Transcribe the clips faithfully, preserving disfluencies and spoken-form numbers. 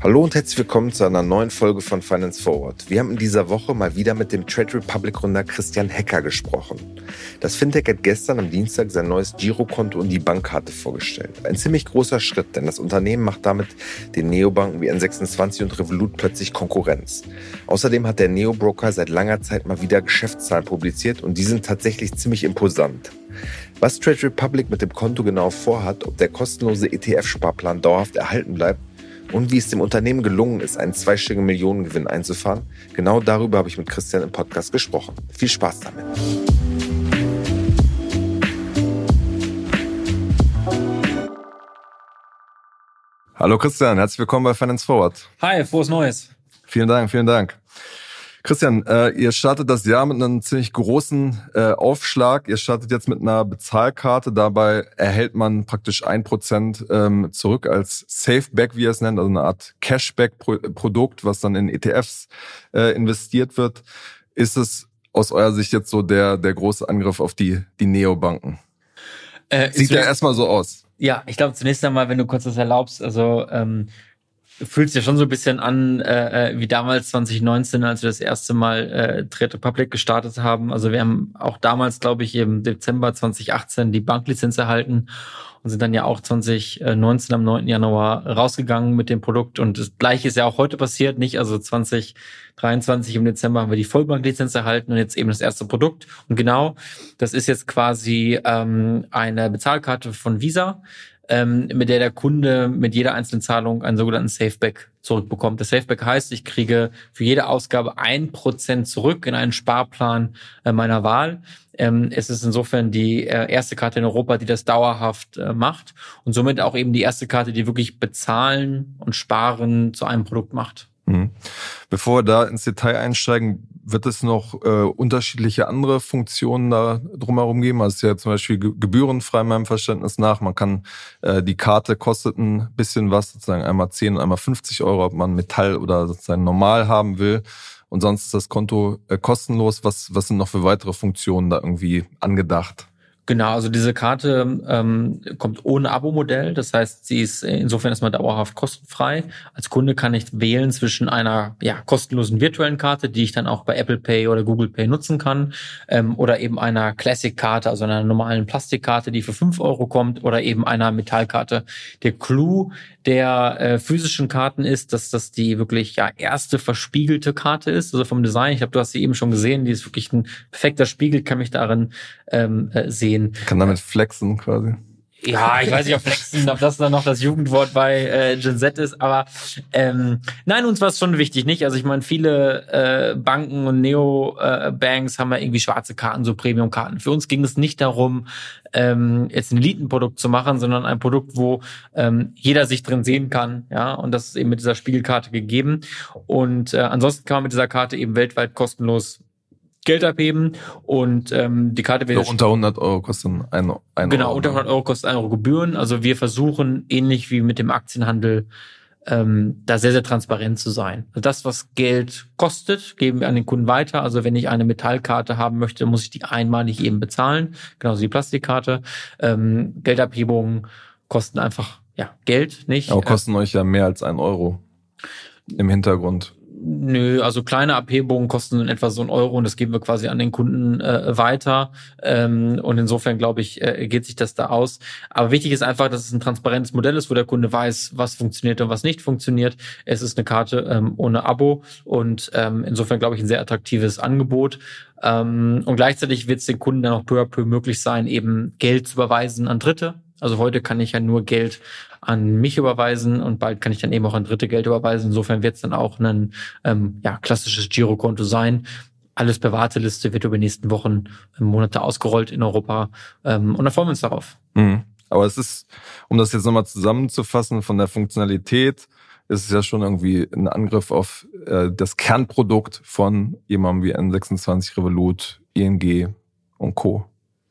Hallo und herzlich willkommen zu einer neuen Folge von Finance Forward. Wir haben in dieser Woche mal wieder mit dem Trade Republic-Gründer Christian Hecker gesprochen. Das Fintech hat gestern am Dienstag sein neues Girokonto und die Bankkarte vorgestellt. Ein ziemlich großer Schritt, denn das Unternehmen macht damit den Neobanken wie N sechsundzwanzig und Revolut plötzlich Konkurrenz. Außerdem hat der Neobroker seit langer Zeit mal wieder Geschäftszahlen publiziert und die sind tatsächlich ziemlich imposant. Was Trade Republic mit dem Konto genau vorhat, ob der kostenlose E T F-Sparplan dauerhaft erhalten bleibt und wie es dem Unternehmen gelungen ist, einen zweistelligen Millionengewinn einzufahren, genau darüber habe ich mit Christian im Podcast gesprochen. Viel Spaß damit. Hallo Christian, herzlich willkommen bei Finance Forward. Hi, frohes Neues. Vielen Dank, vielen Dank. Christian, äh, ihr startet das Jahr mit einem ziemlich großen äh, Aufschlag. Ihr startet jetzt mit einer Bezahlkarte. Dabei erhält man praktisch ein Prozent ähm, zurück als Safeback, wie ihr es nennt, also eine Art Cashback-Produkt, was dann in E T Fs äh, investiert wird. Ist es aus eurer Sicht jetzt so der der große Angriff auf die die Neobanken? Äh, Sieht ja erstmal so aus. Ja, ich glaube zunächst einmal, wenn du kurz das erlaubst, also ähm, fühlt sich ja schon so ein bisschen an äh, wie damals zwanzig neunzehn, als wir das erste Mal äh, Trade Republic gestartet haben. Also wir haben auch damals, glaube ich, im Dezember zwanzig achtzehn die Banklizenz erhalten und sind dann ja auch zwanzig neunzehn am neunten Januar rausgegangen mit dem Produkt. Und das Gleiche ist ja auch heute passiert, nicht? Also zwanzig dreiundzwanzig im Dezember haben wir die Vollbanklizenz erhalten und jetzt eben das erste Produkt. Und genau, das ist jetzt quasi ähm, eine Bezahlkarte von Visa, Ähm, mit der der Kunde mit jeder einzelnen Zahlung einen sogenannten Safeback zurückbekommt. Das Safeback heißt, ich kriege für jede Ausgabe ein Prozent zurück in einen Sparplan äh, meiner Wahl. Ähm, es ist insofern die äh, erste Karte in Europa, die das dauerhaft äh, macht und somit auch eben die erste Karte, die wirklich Bezahlen und Sparen zu einem Produkt macht. Mhm. Bevor wir da ins Detail einsteigen, wird es noch äh, unterschiedliche andere Funktionen da drumherum geben? Also es ist ja zum Beispiel ge- gebührenfrei meinem Verständnis nach. Man kann, äh, die Karte kostet ein bisschen was, sozusagen einmal zehn und einmal fünfzig Euro, ob man Metall oder sozusagen normal haben will. Und sonst ist das Konto äh, kostenlos. Was, was sind noch für weitere Funktionen da irgendwie angedacht? Genau, also diese Karte ähm, kommt ohne Abo-Modell. Das heißt, sie ist insofern erstmal dauerhaft kostenfrei. Als Kunde kann ich wählen zwischen einer ja kostenlosen virtuellen Karte, die ich dann auch bei Apple Pay oder Google Pay nutzen kann, ähm, oder eben einer Classic-Karte, also einer normalen Plastikkarte, die für fünf Euro kommt, oder eben einer Metallkarte. Der Clou der äh, physischen Karten ist, dass das die wirklich ja erste verspiegelte Karte ist, also vom Design. Ich glaube, du hast sie eben schon gesehen. Die ist wirklich ein perfekter Spiegel, kann mich darin ähm, äh, sehen. Kann damit flexen quasi. Ja, ich weiß nicht, ob flexen, ob das dann noch das Jugendwort bei äh, Gen Z ist, aber ähm, nein, uns war es schon wichtig, nicht? Also ich meine, viele äh, Banken und Neo-Banks äh, haben ja irgendwie schwarze Karten, so Premium-Karten. Für uns ging es nicht darum, ähm, jetzt ein Elitenprodukt zu machen, sondern ein Produkt, wo ähm, jeder sich drin sehen kann, ja, und das ist eben mit dieser Spiegelkarte gegeben. Und äh, ansonsten kann man mit dieser Karte eben weltweit kostenlos Geld abheben und ähm, die Karte wird... So unter hundert Euro kostet ein, ein Genau, Euro. unter hundert Euro kostet ein Euro Gebühren. Also wir versuchen, ähnlich wie mit dem Aktienhandel, ähm, da sehr, sehr transparent zu sein. Also das, was Geld kostet, geben wir an den Kunden weiter. Also wenn ich eine Metallkarte haben möchte, muss ich die einmalig eben bezahlen. Genauso die Plastikkarte. Ähm, Geldabhebungen kosten einfach ja Geld, nicht? Aber kosten äh, euch ja mehr als ein Euro im Hintergrund. Nö, also kleine Abhebungen kosten in etwa so ein Euro und das geben wir quasi an den Kunden äh, weiter. Ähm, und insofern, glaube ich, äh, geht sich das da aus. Aber wichtig ist einfach, dass es ein transparentes Modell ist, wo der Kunde weiß, was funktioniert und was nicht funktioniert. Es ist eine Karte ähm, ohne Abo und ähm, insofern, glaube ich, ein sehr attraktives Angebot. Ähm, und gleichzeitig wird es den Kunden dann auch peu à peu möglich sein, eben Geld zu überweisen an Dritte. Also heute kann ich ja nur Geld an mich überweisen und bald kann ich dann eben auch an Dritte Geld überweisen. Insofern wird es dann auch ein ähm, ja, klassisches Girokonto sein. Alles per Warteliste wird über die nächsten Wochen, ähm, Monate ausgerollt in Europa ähm, und dann freuen wir uns darauf. Mhm. Aber es ist, um das jetzt nochmal zusammenzufassen, von der Funktionalität ist es ja schon irgendwie ein Angriff auf äh, das Kernprodukt von jemandem wie N sechsundzwanzig, Revolut, I N G und Co.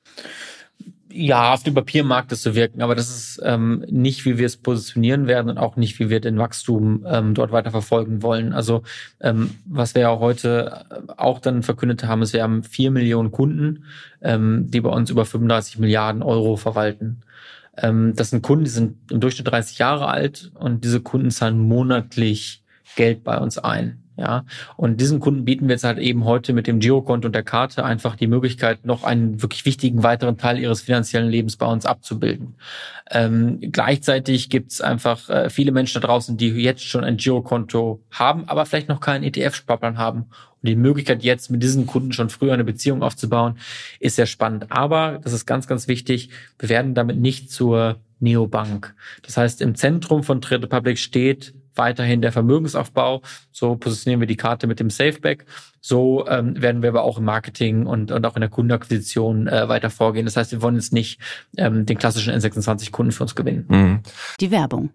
Ja, auf dem Papier mag das so wirken, aber das ist ähm, nicht, wie wir es positionieren werden und auch nicht, wie wir den Wachstum ähm, dort weiter verfolgen wollen. Also ähm, was wir ja heute auch dann verkündet haben, ist, wir haben vier Millionen Kunden, ähm, die bei uns über fünfunddreißig Milliarden Euro verwalten. Ähm, das sind Kunden, die sind im Durchschnitt dreißig Jahre alt und diese Kunden zahlen monatlich Geld bei uns ein. Ja, und diesen Kunden bieten wir jetzt halt eben heute mit dem Girokonto und der Karte einfach die Möglichkeit, noch einen wirklich wichtigen weiteren Teil ihres finanziellen Lebens bei uns abzubilden. Ähm, gleichzeitig gibt es einfach äh, viele Menschen da draußen, die jetzt schon ein Girokonto haben, aber vielleicht noch keinen E T F-Sparplan haben. Und die Möglichkeit jetzt mit diesen Kunden schon früher eine Beziehung aufzubauen, ist sehr spannend. Aber, das ist ganz, ganz wichtig, wir werden damit nicht zur Neobank. Das heißt, im Zentrum von Trade Republic steht weiterhin der Vermögensaufbau. So positionieren wir die Karte mit dem Safeback. So ähm, werden wir aber auch im Marketing und, und auch in der Kundenakquisition äh, weiter vorgehen. Das heißt, wir wollen jetzt nicht ähm, den klassischen N sechsundzwanzig-Kunden für uns gewinnen. Mhm. Die Werbung.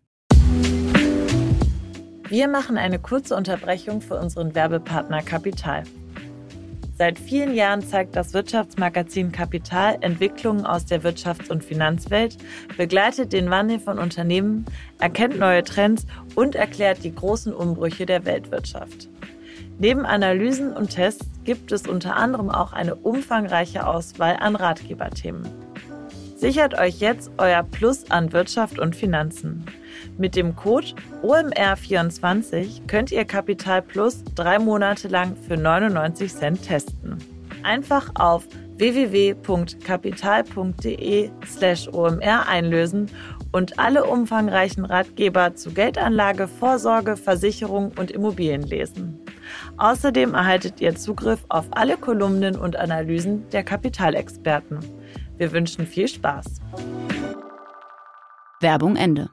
Wir machen eine kurze Unterbrechung für unseren Werbepartner Kapital. Seit vielen Jahren zeigt das Wirtschaftsmagazin Kapital Entwicklungen aus der Wirtschafts- und Finanzwelt, begleitet den Wandel von Unternehmen, erkennt neue Trends und erklärt die großen Umbrüche der Weltwirtschaft. Neben Analysen und Tests gibt es unter anderem auch eine umfangreiche Auswahl an Ratgeberthemen. Sichert euch jetzt euer Plus an Wirtschaft und Finanzen. Mit dem Code O M R vierundzwanzig könnt ihr Kapital Plus drei Monate lang für neunundneunzig Cent testen. Einfach auf w w w punkt kapital punkt d e slash o m r einlösen und alle umfangreichen Ratgeber zu Geldanlage, Vorsorge, Versicherung und Immobilien lesen. Außerdem erhaltet ihr Zugriff auf alle Kolumnen und Analysen der Kapitalexperten. Wir wünschen viel Spaß. Werbung Ende.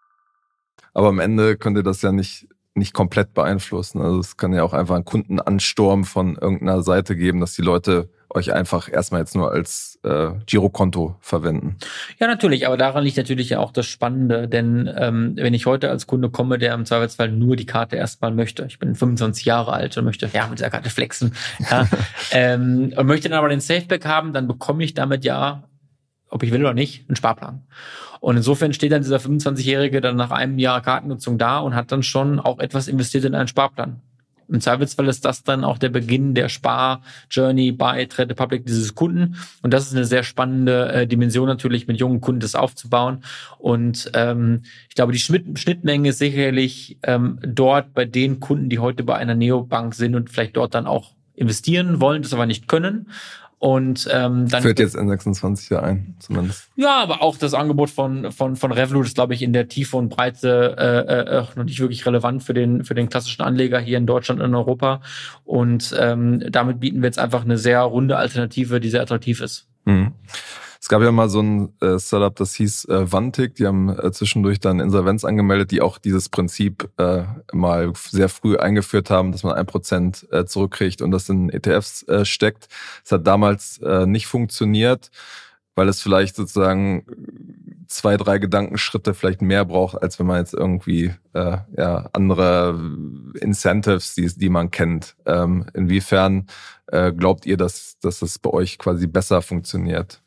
Aber am Ende könnt ihr das ja nicht, nicht komplett beeinflussen. Also es kann ja auch einfach einen Kundenansturm von irgendeiner Seite geben, dass die Leute euch einfach erstmal jetzt nur als äh, Girokonto verwenden. Ja, natürlich, aber daran liegt natürlich ja auch das Spannende, denn ähm, wenn ich heute als Kunde komme, der im Zweifelsfall nur die Karte erstmal möchte, ich bin fünfundzwanzig Jahre alt und möchte ja mit der Karte flexen, ja, ähm, und möchte dann aber den Safeback haben, dann bekomme ich damit ja, ob ich will oder nicht, einen Sparplan. Und insofern steht dann dieser fünfundzwanzigjährige dann nach einem Jahr Kartennutzung da und hat dann schon auch etwas investiert in einen Sparplan. Im Zweifelsfall ist das dann auch der Beginn der Spar-Journey bei Trade Republic dieses Kunden. Und das ist eine sehr spannende äh, Dimension natürlich, mit jungen Kunden das aufzubauen. Und ähm, ich glaube, die Schnitt- Schnittmenge ist sicherlich ähm, dort bei den Kunden, die heute bei einer Neobank sind und vielleicht dort dann auch investieren wollen, das aber nicht können. Und ähm, dann führt jetzt N sechsundzwanzig ja ein, zumindest. Ja, aber auch das Angebot von von von Revolut ist, glaube ich, in der Tiefe und Breite äh, äh, noch nicht wirklich relevant für den für den klassischen Anleger hier in Deutschland und in Europa. Und ähm, damit bieten wir jetzt einfach eine sehr runde Alternative, die sehr attraktiv ist. Mhm. Es gab ja mal so ein äh, Startup, das hieß äh, Vantik, die haben äh, zwischendurch dann Insolvenz angemeldet, die auch dieses Prinzip äh, mal sehr früh eingeführt haben, dass man ein Prozent äh, zurückkriegt und das in E T Fs äh, steckt. Es hat damals äh, nicht funktioniert, weil es vielleicht sozusagen zwei, drei Gedankenschritte vielleicht mehr braucht, als wenn man jetzt irgendwie äh, ja andere Incentives, die, die man kennt. Ähm, inwiefern äh, glaubt ihr, dass, dass das bei euch quasi besser funktioniert?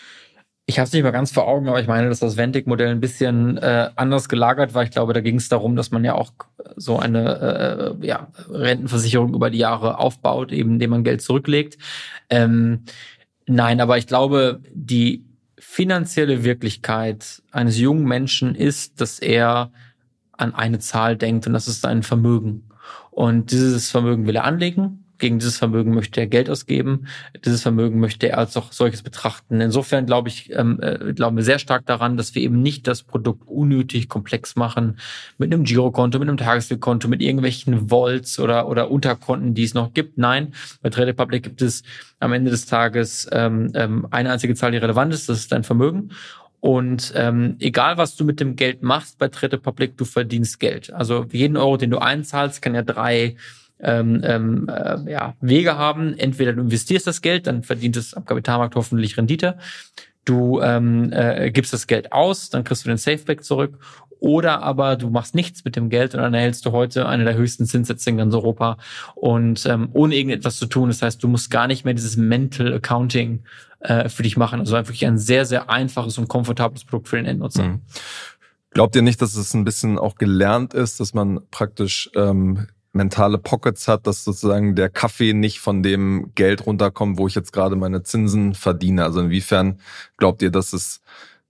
Ich habe es nicht mehr ganz vor Augen, aber ich meine, dass das Vantik-Modell ein bisschen äh, anders gelagert war. Ich glaube, da ging es darum, dass man ja auch so eine äh, ja, Rentenversicherung über die Jahre aufbaut, eben indem man Geld zurücklegt. Ähm, nein, aber ich glaube, die finanzielle Wirklichkeit eines jungen Menschen ist, dass er an eine Zahl denkt und das ist sein Vermögen. Und dieses Vermögen will er anlegen. Gegen dieses Vermögen möchte er Geld ausgeben. Dieses Vermögen möchte er als auch solches betrachten. Insofern glaube ich, ähm, äh, glauben wir sehr stark daran, dass wir eben nicht das Produkt unnötig komplex machen mit einem Girokonto, mit einem Tagesgeldkonto, mit irgendwelchen Vaults oder oder Unterkonten, die es noch gibt. Nein, bei Trade Republic gibt es am Ende des Tages ähm, ähm, eine einzige Zahl, die relevant ist. Das ist dein Vermögen. Und ähm, egal, was du mit dem Geld machst bei Trade Republic, du verdienst Geld. Also jeden Euro, den du einzahlst, kann ja drei Ähm, ähm, äh, ja, Wege haben. Entweder du investierst das Geld, dann verdient es am Kapitalmarkt hoffentlich Rendite. Du ähm, äh, gibst das Geld aus, dann kriegst du den Safeback zurück. Oder aber du machst nichts mit dem Geld und dann erhältst du heute eine der höchsten Zinssätze in ganz Europa und ähm, ohne irgendetwas zu tun. Das heißt, du musst gar nicht mehr dieses Mental Accounting äh, für dich machen. Also wirklich ein sehr, sehr einfaches und komfortables Produkt für den Endnutzer. Mhm. Glaubt ihr nicht, dass es ein bisschen auch gelernt ist, dass man praktisch ähm, mentale Pockets hat, dass sozusagen der Kaffee nicht von dem Geld runterkommt, wo ich jetzt gerade meine Zinsen verdiene? Also inwiefern glaubt ihr, dass es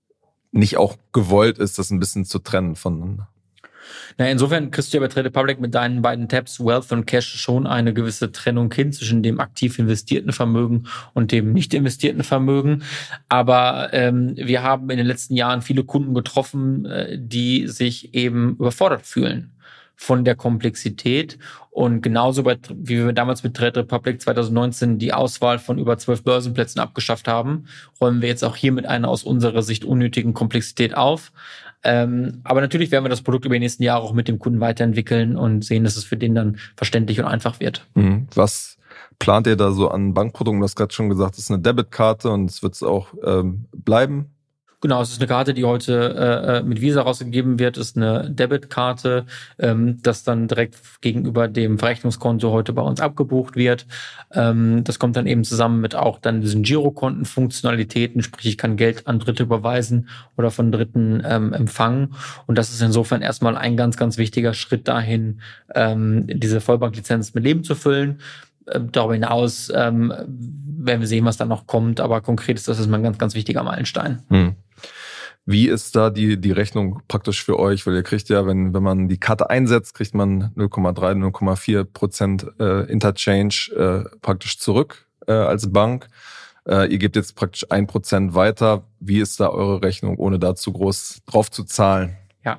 nicht auch gewollt ist, das ein bisschen zu trennen voneinander. Na, insofern kriegst du ja bei Trade Republic mit deinen beiden Tabs Wealth und Cash schon eine gewisse Trennung hin zwischen dem aktiv investierten Vermögen und dem nicht investierten Vermögen. Aber ähm, wir haben in den letzten Jahren viele Kunden getroffen, äh, die sich eben überfordert fühlen von der Komplexität. Und genauso bei, wie wir damals mit Trade Republic zwanzig neunzehn die Auswahl von über zwölf Börsenplätzen abgeschafft haben, räumen wir jetzt auch hier mit einer aus unserer Sicht unnötigen Komplexität auf. Ähm, aber natürlich werden wir das Produkt über die nächsten Jahre auch mit dem Kunden weiterentwickeln und sehen, dass es für den dann verständlich und einfach wird. Mhm. Was plant ihr da so an Bankprodukten? Du hast gerade schon gesagt, es ist eine Debitkarte und es wird es auch ähm, bleiben. Genau, es ist eine Karte, die heute äh, mit Visa rausgegeben wird, ist eine Debitkarte, ähm, das dann direkt gegenüber dem Verrechnungskonto heute bei uns abgebucht wird. Ähm, das kommt dann eben zusammen mit auch dann diesen Girokonten-Funktionalitäten, sprich ich kann Geld an Dritte überweisen oder von Dritten ähm, empfangen. Und das ist insofern erstmal ein ganz, ganz wichtiger Schritt dahin, ähm, diese Vollbanklizenz mit Leben zu füllen. Darüber hinaus ähm, werden wir sehen, was da noch kommt, aber konkret ist das ist mal ein ganz, ganz wichtiger Meilenstein. Hm. Wie ist da die die Rechnung praktisch für euch? Weil ihr kriegt ja, wenn wenn man die Karte einsetzt, kriegt man null Komma drei, null Komma vier Prozent äh, Interchange äh, praktisch zurück äh, als Bank. Äh, ihr gebt jetzt praktisch ein Prozent weiter. Wie ist da eure Rechnung, ohne da zu groß drauf zu zahlen? Ja,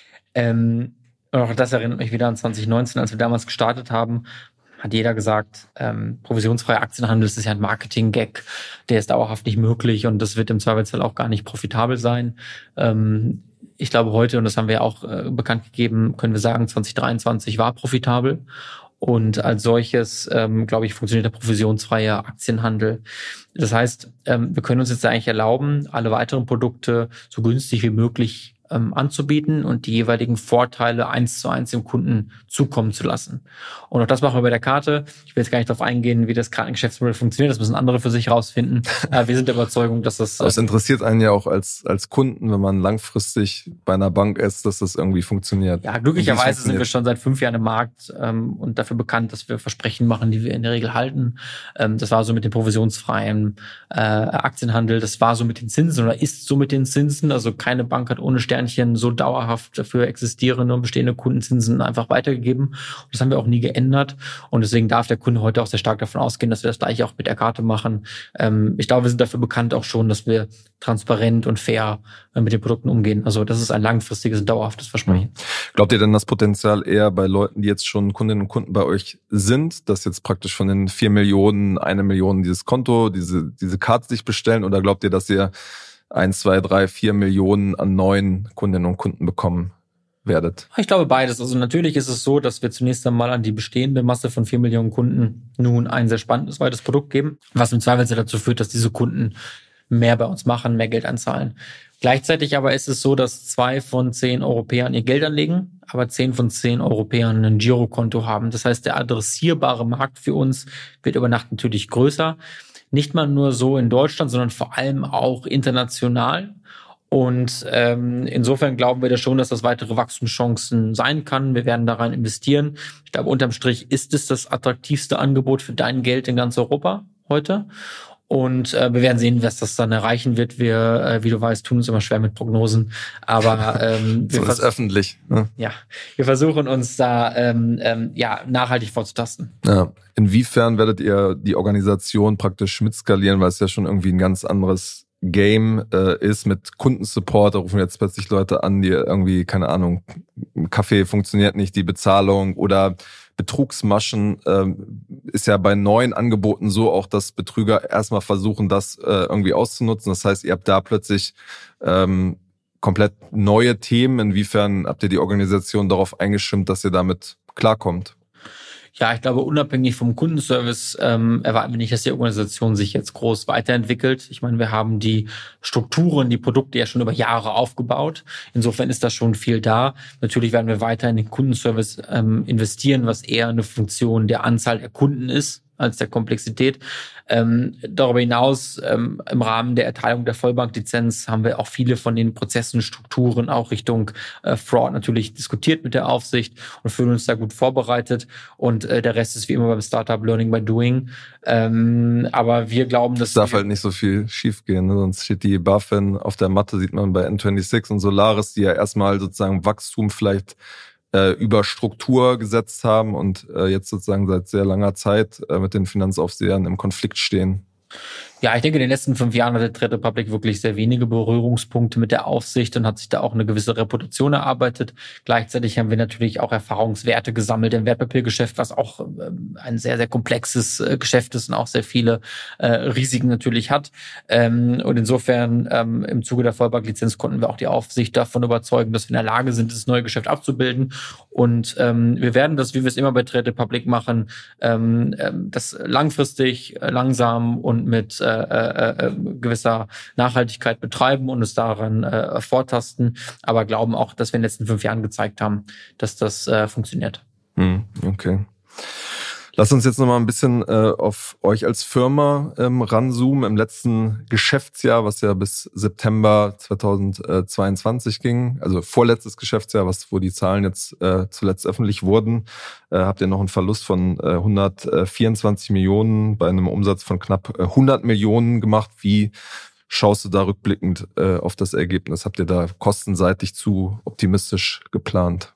ähm, auch das erinnert mich wieder an zwanzig neunzehn, als wir damals gestartet haben. Hat jeder gesagt, ähm, provisionsfreier Aktienhandel, das ist ja ein Marketing-Gag, der ist dauerhaft nicht möglich und das wird im Zweifelsfall auch gar nicht profitabel sein. Ähm, ich glaube heute, und das haben wir auch äh, bekannt gegeben, können wir sagen, zwanzig dreiundzwanzig war profitabel. Und als solches, ähm, glaube ich, funktioniert der provisionsfreie Aktienhandel. Das heißt, ähm, wir können uns jetzt eigentlich erlauben, alle weiteren Produkte so günstig wie möglich ähm, anzubieten und die jeweiligen Vorteile eins zu eins dem Kunden zukommen zu lassen. Und auch das machen wir bei der Karte. Ich will jetzt gar nicht darauf eingehen, wie das Kartengeschäftsmodell funktioniert. Das müssen andere für sich rausfinden. äh, wir sind der Überzeugung, dass das... Aber es interessiert einen ja auch als als Kunden, wenn man langfristig bei einer Bank ist, dass das irgendwie funktioniert. Ja, glücklicherweise sind wir schon seit fünf Jahren im Markt ähm, und dafür bekannt, dass wir Versprechen machen, die wir in der Regel halten. Ähm, das war so mit dem provisionsfreien äh, Aktienhandel. Das war so mit den Zinsen oder ist so mit den Zinsen. Also keine Bank hat ohne Sternchen so dauerhaft dafür existierende und bestehende Kundenzinsen einfach weitergegeben. Und das haben wir auch nie geändert. Und deswegen darf der Kunde heute auch sehr stark davon ausgehen, dass wir das gleiche auch mit der Karte machen. Ähm, ich glaube, wir sind dafür bekannt auch schon, dass wir transparent und fair äh, mit den Produkten umgehen. Also das ist ein langfristiges und dauerhaftes Versprechen. Glaubt ihr denn das Potenzial eher bei Leuten, die jetzt schon Kundinnen und Kunden bei euch sind, dass jetzt praktisch von den vier Millionen, eine Million dieses Konto, diese diese Karte sich bestellen? Oder glaubt ihr, dass ihr eins, zwei, drei, vier Millionen an neuen Kundinnen und Kunden bekommen werdet? Ich glaube beides. Also natürlich ist es so, dass wir zunächst einmal an die bestehende Masse von vier Millionen Kunden nun ein sehr spannendes zweites Produkt geben, was im Zweifelsfall dazu führt, dass diese Kunden mehr bei uns machen, mehr Geld anzahlen. Gleichzeitig aber ist es so, dass zwei von zehn Europäern ihr Geld anlegen, aber zehn von zehn Europäern ein Girokonto haben. Das heißt, der adressierbare Markt für uns wird über Nacht natürlich größer. Nicht mal nur so in Deutschland, sondern vor allem auch international. Und ähm, insofern glauben wir da schon, dass das weitere Wachstumschancen sein kann. Wir werden daran investieren. Ich glaube, unterm Strich ist es das attraktivste Angebot für dein Geld in ganz Europa heute. Und äh, wir werden sehen, was das dann erreichen wird. Wir, äh, wie du weißt, tun uns immer schwer mit Prognosen. Aber ähm, wir so ist öffentlich. Ne? Ja, wir versuchen uns da ähm, ähm, ja nachhaltig vorzutasten. Ja. Inwiefern werdet ihr die Organisation praktisch mitskalieren, weil es ja schon irgendwie ein ganz anderes Game äh, ist mit Kundensupport. Da rufen jetzt plötzlich Leute an, die irgendwie, keine Ahnung, Kaffee funktioniert nicht, die Bezahlung oder Betrugsmaschen ähm, ist ja bei neuen Angeboten so auch, dass Betrüger erstmal versuchen, das äh, irgendwie auszunutzen. Das heißt, ihr habt da plötzlich ähm, komplett neue Themen. Inwiefern habt ihr die Organisation darauf eingestimmt, dass ihr damit klarkommt? Ja, ich glaube, unabhängig vom Kundenservice ähm, erwarten wir nicht, dass die Organisation sich jetzt groß weiterentwickelt. Ich meine, wir haben die Strukturen, die Produkte ja schon über Jahre aufgebaut. Insofern ist da schon viel da. Natürlich werden wir weiter in den Kundenservice ähm, investieren, was eher eine Funktion der Anzahl der Kunden ist, als der Komplexität. Ähm, darüber hinaus, ähm, im Rahmen der Erteilung der Vollbanklizenz haben wir auch viele von den Prozessen, Strukturen auch Richtung äh, Fraud natürlich diskutiert mit der Aufsicht und fühlen uns da gut vorbereitet. Und äh, der Rest ist wie immer beim Startup Learning by Doing. Ähm, aber wir glauben, dass... Es darf halt nicht so viel schief gehen, ne? Sonst steht die BaFin auf der Matte, sieht man bei N sechsundzwanzig und Solaris, die ja erstmal sozusagen Wachstum vielleicht äh, über Struktur gesetzt haben und äh, jetzt sozusagen seit sehr langer Zeit äh, mit den Finanzaufsehern im Konflikt stehen. Ja, ich denke, in den letzten fünf Jahren hat der Trade Republic wirklich sehr wenige Berührungspunkte mit der Aufsicht und hat sich da auch eine gewisse Reputation erarbeitet. Gleichzeitig haben wir natürlich auch Erfahrungswerte gesammelt im Wertpapiergeschäft, was auch ähm, ein sehr, sehr komplexes äh, Geschäft ist und auch sehr viele äh, Risiken natürlich hat. Ähm, und insofern ähm, im Zuge der Vollbanklizenz konnten wir auch die Aufsicht davon überzeugen, dass wir in der Lage sind, dieses neue Geschäft abzubilden. Und ähm, wir werden das, wie wir es immer bei Trade Republic machen, ähm, das langfristig, langsam und mit äh, Äh, äh, gewisser Nachhaltigkeit betreiben und es daran äh, vortasten, aber glauben auch, dass wir in den letzten fünf Jahren gezeigt haben, dass das äh, funktioniert. Hm, okay. Lass uns jetzt noch mal ein bisschen äh, auf euch als Firma ähm, ranzoomen. Im letzten Geschäftsjahr, was ja bis September zweitausendzweiundzwanzig ging, also vorletztes Geschäftsjahr, was wo die Zahlen jetzt äh, zuletzt öffentlich wurden, äh, habt ihr noch einen Verlust von äh, hundertvierundzwanzig Millionen bei einem Umsatz von knapp äh, hundert Millionen gemacht. Wie schaust du da rückblickend äh, auf das Ergebnis? Habt ihr da kostenseitig zu optimistisch geplant?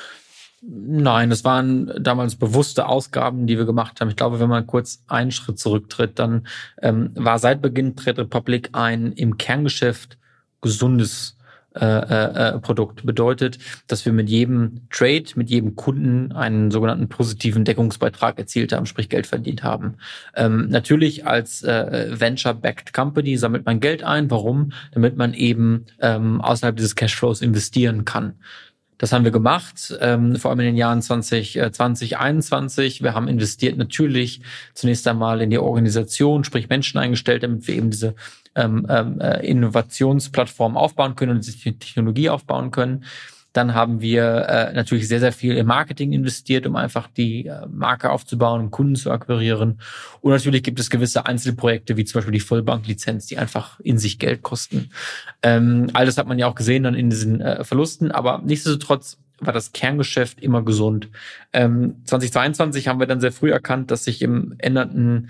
Nein, das waren damals bewusste Ausgaben, die wir gemacht haben. Ich glaube, wenn man kurz einen Schritt zurücktritt, dann ähm, war seit Beginn Trade Republic ein im Kerngeschäft gesundes äh, äh, Produkt. Bedeutet, dass wir mit jedem Trade, mit jedem Kunden einen sogenannten positiven Deckungsbeitrag erzielt haben, sprich Geld verdient haben. Ähm, natürlich als äh, Venture-backed Company sammelt man Geld ein. Warum? Damit man eben ähm, außerhalb dieses Cashflows investieren kann. Das haben wir gemacht, ähm, vor allem in den Jahren zwanzig zwanzig, einundzwanzig. Wir haben investiert natürlich zunächst einmal in die Organisation, sprich Menschen eingestellt, damit wir eben diese ähm, äh, Innovationsplattform aufbauen können und die Technologie aufbauen können. Dann haben wir äh, natürlich sehr, sehr viel im Marketing investiert, um einfach die äh, Marke aufzubauen, um Kunden zu akquirieren. Und natürlich gibt es gewisse Einzelprojekte, wie zum Beispiel die Vollbanklizenz, die einfach in sich Geld kosten. Ähm, all das hat man ja auch gesehen dann in diesen äh, Verlusten. Aber nichtsdestotrotz war das Kerngeschäft immer gesund. Ähm, zwanzig zweiundzwanzig haben wir dann sehr früh erkannt, dass sich im ändernden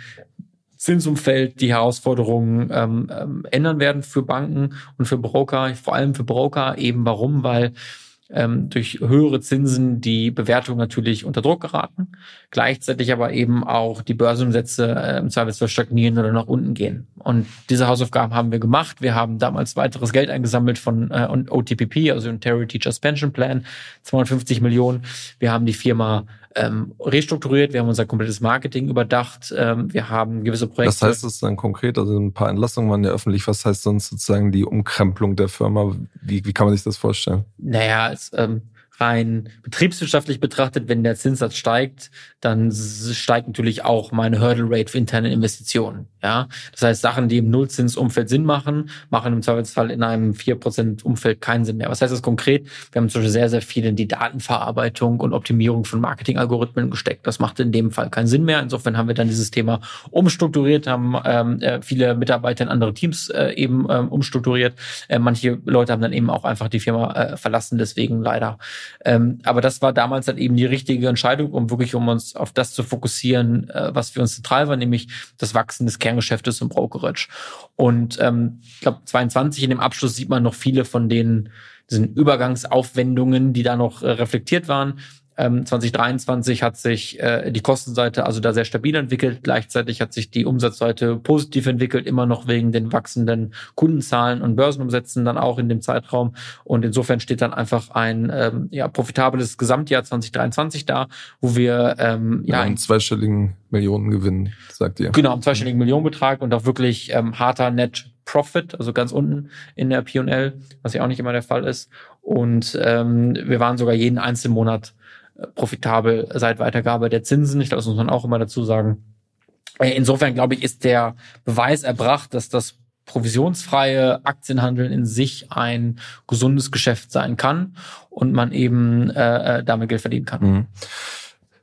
Zinsumfeld die Herausforderungen ähm, ähm, ändern werden für Banken und für Broker, vor allem für Broker. Eben warum? Weil ähm, durch höhere Zinsen die Bewertungen natürlich unter Druck geraten, gleichzeitig aber eben auch die Börsenumsätze äh, im Zweifelsfall stagnieren oder nach unten gehen. Und diese Hausaufgaben haben wir gemacht. Wir haben damals weiteres Geld eingesammelt von äh, O T P P, also Ontario Teachers Pension Plan, zweihundertfünfzig Millionen. Wir haben die Firma ähm, restrukturiert, wir haben unser komplettes Marketing überdacht, ähm, wir haben gewisse Projekte... Was heißt das dann konkret? Also ein paar Entlassungen waren ja öffentlich. Was heißt sonst sozusagen die Umkrempelung der Firma? Wie, wie kann man sich das vorstellen? Naja, es, ähm, rein betriebswirtschaftlich betrachtet, wenn der Zinssatz steigt, dann steigt natürlich auch meine Hurdle Rate für interne Investitionen. Ja, das heißt, Sachen, die im Nullzinsumfeld Sinn machen, machen im Zweifelsfall in einem vier Prozent Umfeld keinen Sinn mehr. Was heißt das konkret? Wir haben zum Beispiel sehr, sehr viel in die Datenverarbeitung und Optimierung von Marketingalgorithmen gesteckt. Das macht in dem Fall keinen Sinn mehr. Insofern haben wir dann dieses Thema umstrukturiert, haben ähm, viele Mitarbeiter in andere Teams äh, eben ähm, umstrukturiert. Äh, manche Leute haben dann eben auch einfach die Firma äh, verlassen, deswegen leider. Ähm, aber das war damals dann eben die richtige Entscheidung, um wirklich um uns auf das zu fokussieren, äh, was für uns zentral war, nämlich das Wachsen des Kerngeschäftes und Brokerage. Und ähm, ich glaube, zweiundzwanzig in dem Abschluss sieht man noch viele von den diesen Übergangsaufwendungen, die da noch äh, reflektiert waren. Ähm, zwanzig dreiundzwanzig hat sich äh, die Kostenseite also da sehr stabil entwickelt. Gleichzeitig hat sich die Umsatzseite positiv entwickelt, immer noch wegen den wachsenden Kundenzahlen und Börsenumsätzen dann auch in dem Zeitraum. Und insofern steht dann einfach ein ähm, ja profitables Gesamtjahr zwanzig dreiundzwanzig da, wo wir ähm, ja, ja einen zweistelligen Millionengewinn, sagt ihr. Genau, einen zweistelligen Millionenbetrag und auch wirklich ähm, harter Net Profit, also ganz unten in der P und L, was ja auch nicht immer der Fall ist. Und ähm, wir waren sogar jeden einzelnen Monat profitabel seit Weitergabe der Zinsen. Ich glaube, das muss man auch immer dazu sagen. Insofern, glaube ich, ist der Beweis erbracht, dass das provisionsfreie Aktienhandeln in sich ein gesundes Geschäft sein kann und man eben äh, damit Geld verdienen kann. Mhm.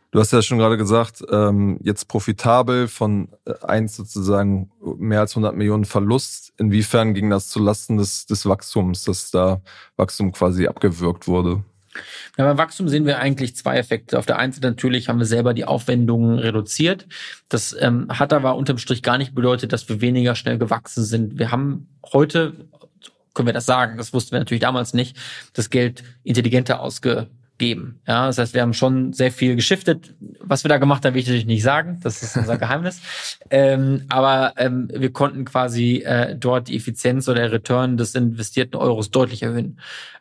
Du hast ja schon gerade gesagt, ähm, jetzt profitabel von eins sozusagen mehr als hundert Millionen Verlust. Inwiefern ging das zulasten des, des Wachstums, dass da Wachstum quasi abgewürgt wurde? Ja, beim Wachstum sehen wir eigentlich zwei Effekte. Auf der einen Seite natürlich haben wir selber die Aufwendungen reduziert. Das ähm, hat aber unterm Strich gar nicht bedeutet, dass wir weniger schnell gewachsen sind. Wir haben heute, können wir das sagen, das wussten wir natürlich damals nicht, das Geld intelligenter ausgegeben. Ja, das heißt, wir haben schon sehr viel geschiftet. Was wir da gemacht haben, will ich natürlich nicht sagen. Das ist unser Geheimnis. ähm, aber ähm, wir konnten quasi äh, dort die Effizienz oder der Return des investierten Euros deutlich erhöhen.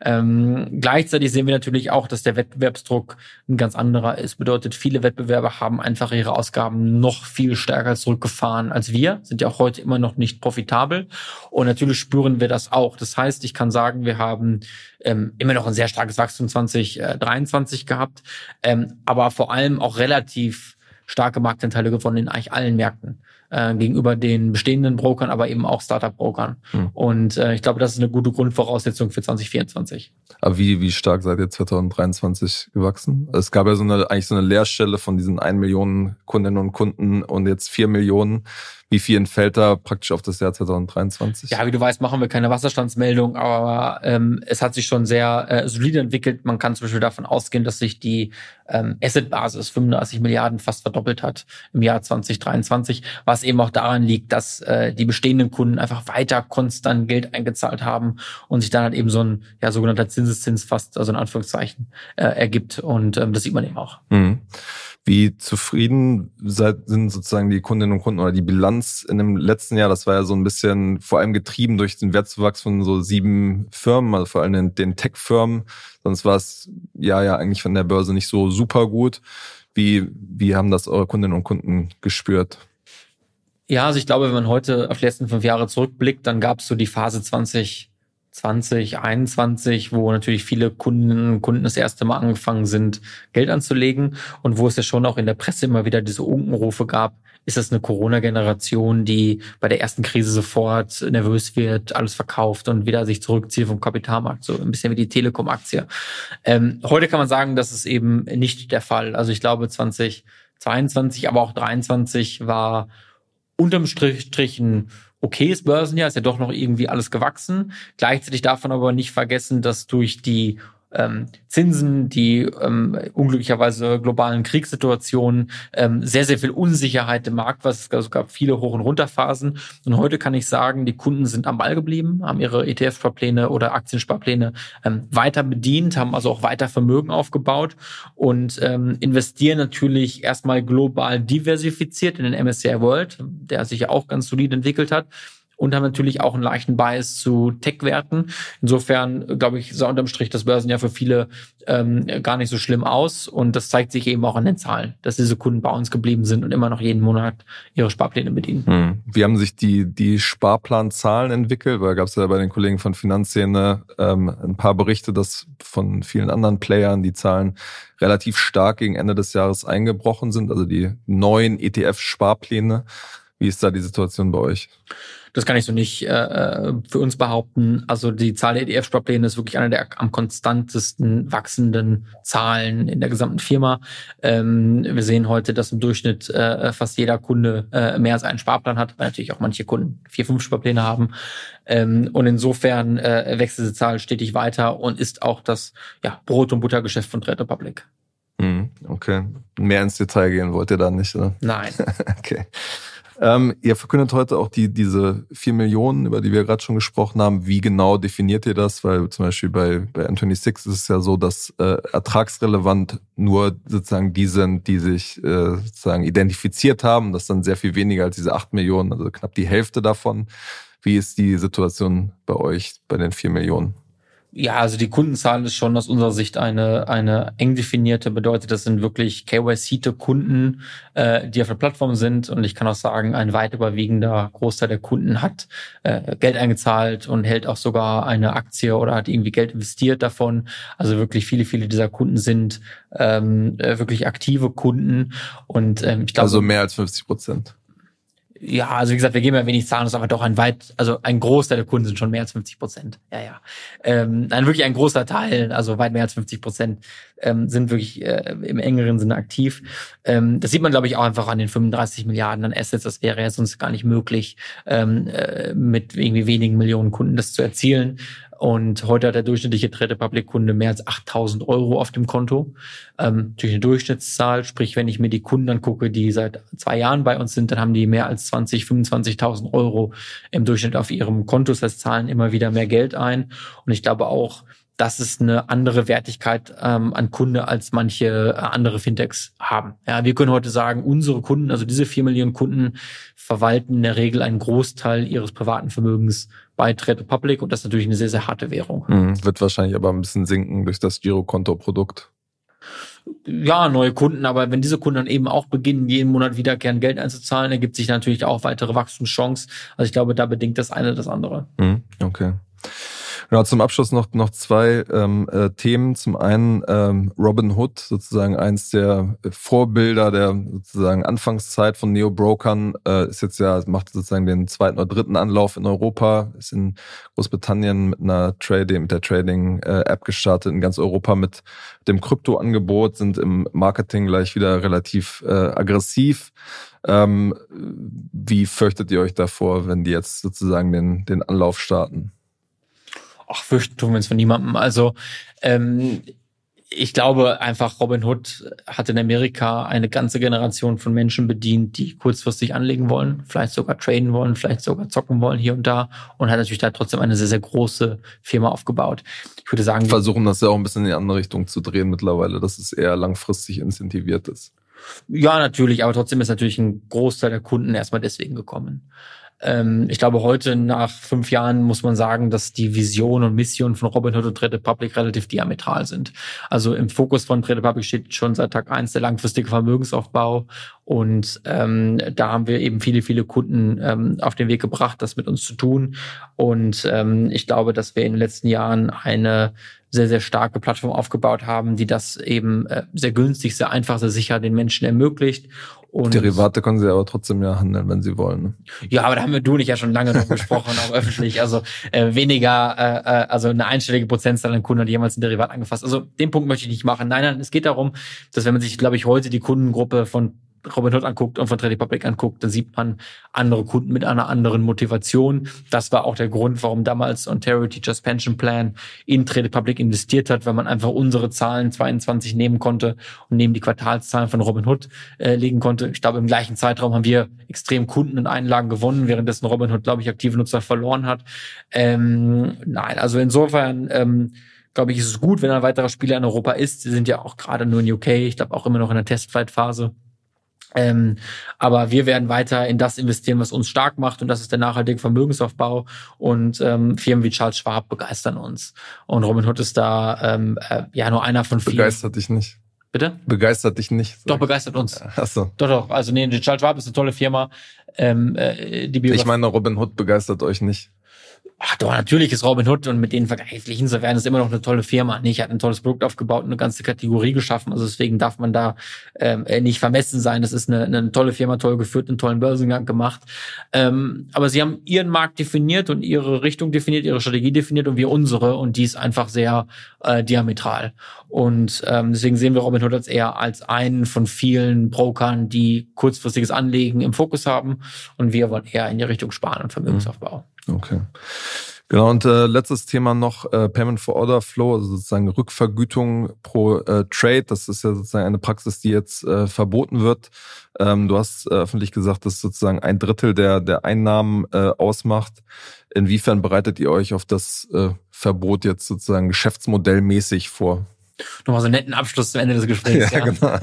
Ähm, gleichzeitig sehen wir natürlich auch, dass der Wettbewerbsdruck ein ganz anderer ist. Bedeutet, viele Wettbewerber haben einfach ihre Ausgaben noch viel stärker zurückgefahren als wir, sind ja auch heute immer noch nicht profitabel. Und natürlich spüren wir das auch. Das heißt, ich kann sagen, wir haben ähm, immer noch ein sehr starkes Wachstum zwanzig dreiundzwanzig gehabt, ähm, aber vor allem auch relativ starke Marktanteile gewonnen in eigentlich allen Märkten äh, gegenüber den bestehenden Brokern, aber eben auch Startup-Brokern. Hm. Und äh, ich glaube, das ist eine gute Grundvoraussetzung für zwanzig vierundzwanzig. Aber wie wie stark seid ihr zwanzig dreiundzwanzig gewachsen? Es gab ja so eine eigentlich so eine Leerstelle von diesen ein Million Kundinnen und Kunden und jetzt vier Millionen. Wie viel entfällt da praktisch auf das Jahr zwanzig dreiundzwanzig? Ja, wie du weißt, machen wir keine Wasserstandsmeldung, aber ähm, es hat sich schon sehr äh, solide entwickelt. Man kann zum Beispiel davon ausgehen, dass sich die ähm, Asset-Basis fünfunddreißig Milliarden fast verdoppelt hat im Jahr zwanzig dreiundzwanzig, was eben auch daran liegt, dass äh, die bestehenden Kunden einfach weiter konstant Geld eingezahlt haben und sich dann halt eben so ein ja sogenannter Zinseszins fast, also in Anführungszeichen, äh, ergibt. Und ähm, das sieht man eben auch. Mhm. Wie zufrieden seid, sind sozusagen die Kundinnen und Kunden oder die Bilanz in dem letzten Jahr? Das war ja so ein bisschen vor allem getrieben durch den Wertzuwachs von so sieben Firmen, also vor allem den, den Tech-Firmen. Sonst war es ja ja eigentlich von der Börse nicht so super gut. Wie, wie haben das eure Kundinnen und Kunden gespürt? Ja, also ich glaube, wenn man heute auf die letzten fünf Jahre zurückblickt, dann gab es so die Phase zwanzig zwanzig einundzwanzig, wo natürlich viele Kundinnen und Kunden das erste Mal angefangen sind, Geld anzulegen und wo es ja schon auch in der Presse immer wieder diese Unkenrufe gab, ist das eine Corona-Generation, die bei der ersten Krise sofort nervös wird, alles verkauft und wieder sich zurückzieht vom Kapitalmarkt, so ein bisschen wie die Telekom-Aktie. Ähm, heute kann man sagen, das ist eben nicht der Fall. Also ich glaube zwanzig zweiundzwanzig, aber auch dreiundzwanzig war unterm Strich, Strich ein okayes Börsenjahr, ist ja doch noch irgendwie alles gewachsen. Gleichzeitig darf man aber nicht vergessen, dass durch die ähm, Zinsen, die ähm, unglücklicherweise globalen Kriegssituationen ähm, sehr, sehr viel Unsicherheit im Markt war. Es gab viele Hoch- und Runterphasen. Und heute kann ich sagen, die Kunden sind am Ball geblieben, haben ihre E T F-Sparpläne oder Aktiensparpläne ähm, weiter bedient, haben also auch weiter Vermögen aufgebaut und ähm, investieren natürlich erstmal global diversifiziert in den M S C I World, der sich ja auch ganz solid entwickelt hat. Und haben natürlich auch einen leichten Bias zu Tech-Werten. Insofern, glaube ich, sah unterm Strich das Börsenjahr für viele ähm, gar nicht so schlimm aus. Und das zeigt sich eben auch an den Zahlen, dass diese Kunden bei uns geblieben sind und immer noch jeden Monat ihre Sparpläne bedienen. Hm. Wie haben sich die die Sparplanzahlen entwickelt? Weil gab es ja bei den Kollegen von Finanzszene ähm, ein paar Berichte, dass von vielen anderen Playern die Zahlen relativ stark gegen Ende des Jahres eingebrochen sind. Also die neuen E T F-Sparpläne. Wie ist da die Situation bei euch? Das kann ich so nicht äh, für uns behaupten. Also die Zahl der E T F-Sparpläne ist wirklich eine der am konstantesten wachsenden Zahlen in der gesamten Firma. Ähm, wir sehen heute, dass im Durchschnitt äh, fast jeder Kunde äh, mehr als einen Sparplan hat, weil natürlich auch manche Kunden vier, fünf Sparpläne haben. Ähm, und insofern äh, wächst diese Zahl stetig weiter und ist auch das ja, Brot- und Buttergeschäft von Trade Republic. Hm, okay. Mehr ins Detail gehen wollt ihr da nicht, oder? Nein. Okay. Ähm, ihr verkündet heute auch die diese vier Millionen, über die wir gerade schon gesprochen haben. Wie genau definiert ihr das? Weil zum Beispiel bei bei N sechsundzwanzig ist es ja so, dass äh, ertragsrelevant nur sozusagen die sind, die sich äh, sozusagen identifiziert haben. Das ist dann sehr viel weniger als diese acht Millionen, also knapp die Hälfte davon. Wie ist die Situation bei euch bei den vier Millionen? Ja, also die Kundenzahl ist schon aus unserer Sicht eine eine eng definierte, bedeutet, das sind wirklich K Y C-te Kunden, äh, die auf der Plattform sind. Und ich kann auch sagen, ein weit überwiegender Großteil der Kunden hat äh, Geld eingezahlt und hält auch sogar eine Aktie oder hat irgendwie Geld investiert davon. Also wirklich viele, viele dieser Kunden sind ähm, wirklich aktive Kunden. Und ähm, ich glaube, also mehr als fünfzig Prozent. Ja, also wie gesagt, wir geben ja wenig Zahlen, aber doch ein weit, also ein Großteil der Kunden sind schon mehr als fünfzig Prozent. Ja, ja. Ähm, nein, wirklich ein großer Teil, also weit mehr als fünfzig Prozent ähm, sind wirklich äh, im engeren Sinne aktiv. Ähm, das sieht man, glaube ich, auch einfach an den fünfunddreißig Milliarden an Assets. Das wäre ja sonst gar nicht möglich, ähm, äh, mit irgendwie wenigen Millionen Kunden das zu erzielen. Und heute hat der durchschnittliche Trade Republic Kunde mehr als achttausend Euro auf dem Konto. Ähm, natürlich eine Durchschnittszahl. Sprich, wenn ich mir die Kunden angucke, die seit zwei Jahren bei uns sind, dann haben die mehr als zwanzig, fünfundzwanzigtausend Euro im Durchschnitt auf ihrem Konto. Das heißt, zahlen immer wieder mehr Geld ein. Und ich glaube auch, das ist eine andere Wertigkeit ähm, an Kunde, als manche äh, andere Fintechs haben. Ja, wir können heute sagen, unsere Kunden, also diese vier Millionen Kunden, verwalten in der Regel einen Großteil ihres privaten Vermögens bei Trade Republic und das ist natürlich eine sehr, sehr harte Währung. Mhm, wird wahrscheinlich aber ein bisschen sinken durch das Girokonto-Produkt. Ja, neue Kunden, aber wenn diese Kunden dann eben auch beginnen, jeden Monat wiederkehrend Geld einzuzahlen, ergibt sich natürlich auch weitere Wachstumschance. Also ich glaube, da bedingt das eine das andere. Mhm, okay. Genau, zum Abschluss noch noch zwei ähm, äh, Themen. Zum einen ähm, Robinhood, sozusagen eins der Vorbilder der sozusagen Anfangszeit von Neo-Brokern, äh, ist jetzt ja, macht sozusagen den zweiten oder dritten Anlauf in Europa, ist in Großbritannien mit einer Trading, mit der Trading-App gestartet, in ganz Europa mit dem Krypto-Angebot, sind im Marketing gleich wieder relativ äh, aggressiv. Ähm, wie fürchtet ihr euch davor, wenn die jetzt sozusagen den den Anlauf starten? Ach, fürchten tun wir uns von niemandem. Also ähm, ich glaube einfach, Robinhood hat in Amerika eine ganze Generation von Menschen bedient, die kurzfristig anlegen wollen, vielleicht sogar traden wollen, vielleicht sogar zocken wollen hier und da und hat natürlich da trotzdem eine sehr, sehr große Firma aufgebaut. Ich würde sagen, versuchen das ja auch ein bisschen in die andere Richtung zu drehen mittlerweile, dass es eher langfristig incentiviert ist. Ja, natürlich, aber trotzdem ist natürlich ein Großteil der Kunden erstmal deswegen gekommen. Ähm, ich glaube, heute nach fünf Jahren muss man sagen, dass die Vision und Mission von Robinhood und Trade Republic relativ diametral sind. Also im Fokus von Trade Republic steht schon seit Tag eins der langfristige Vermögensaufbau und ähm, da haben wir eben viele, viele Kunden ähm, auf den Weg gebracht, das mit uns zu tun und ähm, ich glaube, dass wir in den letzten Jahren eine sehr, sehr starke Plattform aufgebaut haben, die das eben äh, sehr günstig, sehr einfach, sehr sicher den Menschen ermöglicht. Und Derivate können sie aber trotzdem ja handeln, wenn sie wollen. Ne? Ja, aber da haben wir du und ich ja schon lange noch gesprochen, auch öffentlich. Also äh, weniger, äh, also eine einstellige Prozentzahl an Kunden hat jemals ein Derivat angefasst. Also den Punkt möchte ich nicht machen. Nein, nein, es geht darum, dass wenn man sich, glaube ich, heute die Kundengruppe von Robinhood anguckt und von Trade Republic anguckt, dann sieht man andere Kunden mit einer anderen Motivation. Das war auch der Grund, warum damals Ontario Teachers Pension Plan in Trade Republic investiert hat, weil man einfach unsere Zahlen zweiundzwanzig nehmen konnte und neben die Quartalszahlen von Robinhood äh, legen konnte. Ich glaube, im gleichen Zeitraum haben wir extrem Kunden und Einlagen gewonnen, währenddessen Robinhood, glaube ich, aktive Nutzer verloren hat. Ähm, nein, also insofern ähm, glaube ich, ist es gut, wenn ein weiterer Spieler in Europa ist. Sie sind ja auch gerade nur in U K, ich glaube auch immer noch in der Testflight-Phase. Ähm, aber wir werden weiter in das investieren, was uns stark macht und das ist der nachhaltige Vermögensaufbau und ähm, Firmen wie Charles Schwab begeistern uns und Robinhood ist da ähm, äh, ja nur einer von vielen. Begeistert dich nicht. Bitte? Begeistert dich nicht. Doch, begeistert uns. Ach so. Doch, doch, also nee, Charles Schwab ist eine tolle Firma. Ähm, äh, die ich meine, Robinhood begeistert euch nicht. Ach doch, natürlich ist Robinhood und mit denen vergleichen zu werden, ist immer noch eine tolle Firma. Nicht, hat ein tolles Produkt aufgebaut und eine ganze Kategorie geschaffen. Also deswegen darf man da ähm, nicht vermessen sein. Das ist eine, eine tolle Firma, toll geführt, einen tollen Börsengang gemacht. Ähm, aber sie haben ihren Markt definiert und ihre Richtung definiert, ihre Strategie definiert und wir unsere. Und die ist einfach sehr äh, diametral. Und ähm, deswegen sehen wir Robinhood als eher als einen von vielen Brokern, die kurzfristiges Anlegen im Fokus haben. Und wir wollen eher in die Richtung Sparen und Vermögensaufbau. Okay. Genau, und äh, letztes Thema noch, äh, Payment for Order Flow, also sozusagen Rückvergütung pro äh, Trade. Das ist ja sozusagen eine Praxis, die jetzt äh, verboten wird. Ähm, du hast äh, öffentlich gesagt, dass sozusagen ein Drittel der der Einnahmen äh, ausmacht. Inwiefern bereitet ihr euch auf das äh, Verbot jetzt sozusagen geschäftsmodellmäßig vor? Nochmal so einen netten Abschluss zum Ende des Gesprächs. Ja, ja. Genau.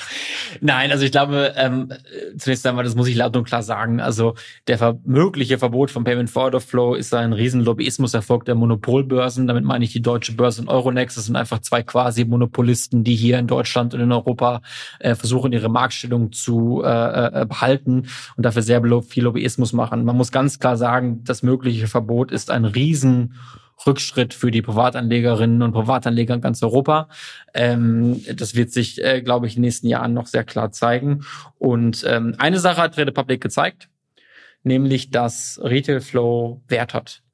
Nein, also ich glaube, ähm, zunächst einmal, das muss ich laut und klar sagen, also der ver- mögliche Verbot von Payment for Order Flow ist ein riesen Lobbyismuserfolg der Monopolbörsen. Damit meine ich die Deutsche Börse und Euronext. Das sind einfach zwei quasi Monopolisten, die hier in Deutschland und in Europa äh, versuchen, ihre Marktstellung zu äh, äh, behalten und dafür sehr viel Lobbyismus machen. Man muss ganz klar sagen, das mögliche Verbot ist ein riesen Rückschritt für die Privatanlegerinnen und Privatanleger in ganz Europa. Ähm, das wird sich, äh, glaube ich, in den nächsten Jahren noch sehr klar zeigen. Und ähm, eine Sache hat Trade Republic gezeigt. nämlich dass Retail Flow Wert hat.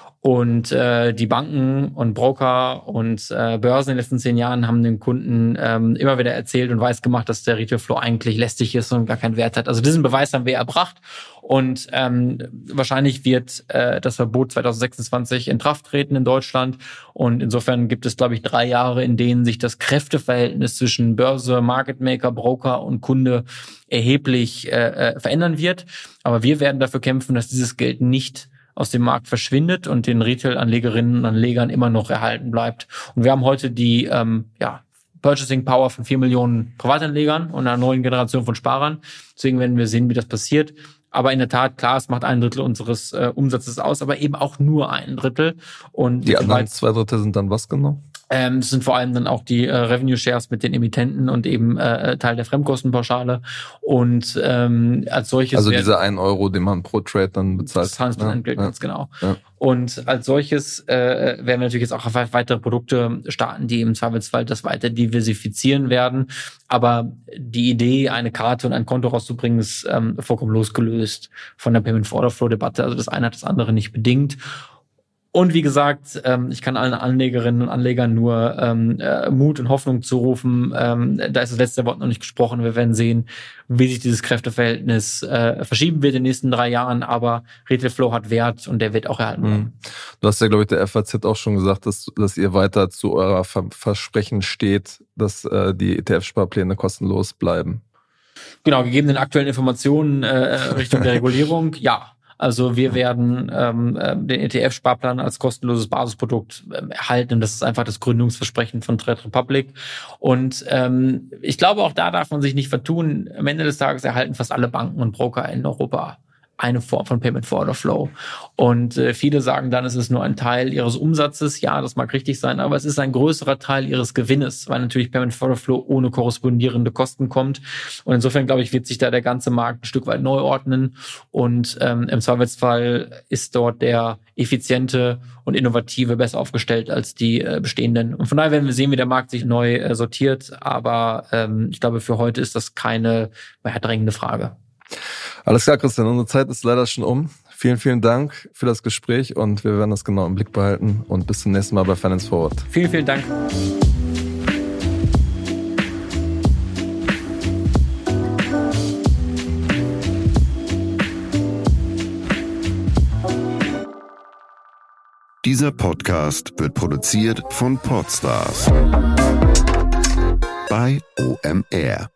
Und äh, die Banken und Broker und äh, Börsen in den letzten zehn Jahren haben den Kunden ähm, immer wieder erzählt und weiß gemacht, dass der Retail Flow eigentlich lästig ist und gar keinen Wert hat. Also diesen Beweis haben wir erbracht. Und ähm, wahrscheinlich wird äh, das Verbot zwanzig sechsundzwanzig in Kraft treten in Deutschland. Und insofern gibt es, glaube ich, drei Jahre, in denen sich das Kräfteverhältnis zwischen Börse, Market Maker, Broker und Kunde erheblich äh, verändern wird. Aber wir werden dafür kämpfen, dass dieses Geld nicht aus dem Markt verschwindet und den Retail-Anlegerinnen und Anlegern immer noch erhalten bleibt. Und wir haben heute die ähm, ja, Purchasing Power von vier Millionen Privatanlegern und einer neuen Generation von Sparern. Deswegen werden wir sehen, wie das passiert. Aber in der Tat, klar, es macht ein Drittel unseres äh, Umsatzes aus, aber eben auch nur ein Drittel. Und die anderen zwei Drittel sind dann was genau? Ähm, das sind vor allem dann auch die äh, Revenue Shares mit den Emittenten und eben äh, Teil der Fremdkostenpauschale. Und ähm, als solches... Also dieser ein Euro, den man pro Trade dann bezahlt. Das Handelsentgelt, ja, ganz genau. Ja. Und als solches äh, werden wir natürlich jetzt auch auf weitere Produkte starten, die im Zweifelsfall das weiter diversifizieren werden. Aber die Idee, eine Karte und ein Konto rauszubringen, ist ähm, vollkommen losgelöst von der Payment for Order Flow Debatte. Also das eine hat das andere nicht bedingt. Und wie gesagt, ähm, ich kann allen Anlegerinnen und Anlegern nur ähm, äh, Mut und Hoffnung zurufen. Ähm, da ist das letzte Wort noch nicht gesprochen. Wir werden sehen, wie sich dieses Kräfteverhältnis äh, verschieben wird in den nächsten drei Jahren. Aber Retail Flow hat Wert und der wird auch erhalten bleiben. Mhm. Du hast ja, glaube ich, der F A Z auch schon gesagt, dass, dass ihr weiter zu eurer Ver- Versprechen steht, dass äh, die E T F-Sparpläne kostenlos bleiben. Genau, gegeben den aktuellen Informationen äh, Richtung der Regulierung, ja. Also wir werden ähm, den E T F-Sparplan als kostenloses Basisprodukt ähm, erhalten. Das ist einfach das Gründungsversprechen von Trade Republic. Und ähm, ich glaube, auch da darf man sich nicht vertun. Am Ende des Tages erhalten fast alle Banken und Broker in Europa eine Form von Payment for Order Flow. Und äh, viele sagen dann, es ist nur ein Teil ihres Umsatzes. Ja, das mag richtig sein, aber es ist ein größerer Teil ihres Gewinnes, weil natürlich Payment for Order Flow ohne korrespondierende Kosten kommt. Und insofern, glaube ich, wird sich da der ganze Markt ein Stück weit neu ordnen. Und ähm, im Zweifelsfall ist dort der effiziente und innovative besser aufgestellt als die äh, bestehenden. Und von daher werden wir sehen, wie der Markt sich neu äh, sortiert. Aber ähm, ich glaube, für heute ist das keine mehr drängende Frage. Alles klar, Christian, unsere Zeit ist leider schon um. Vielen, vielen Dank für das Gespräch und wir werden das genau im Blick behalten und bis zum nächsten Mal bei Finance Forward. Vielen, vielen Dank. Dieser Podcast wird produziert von Podstars bei O M R.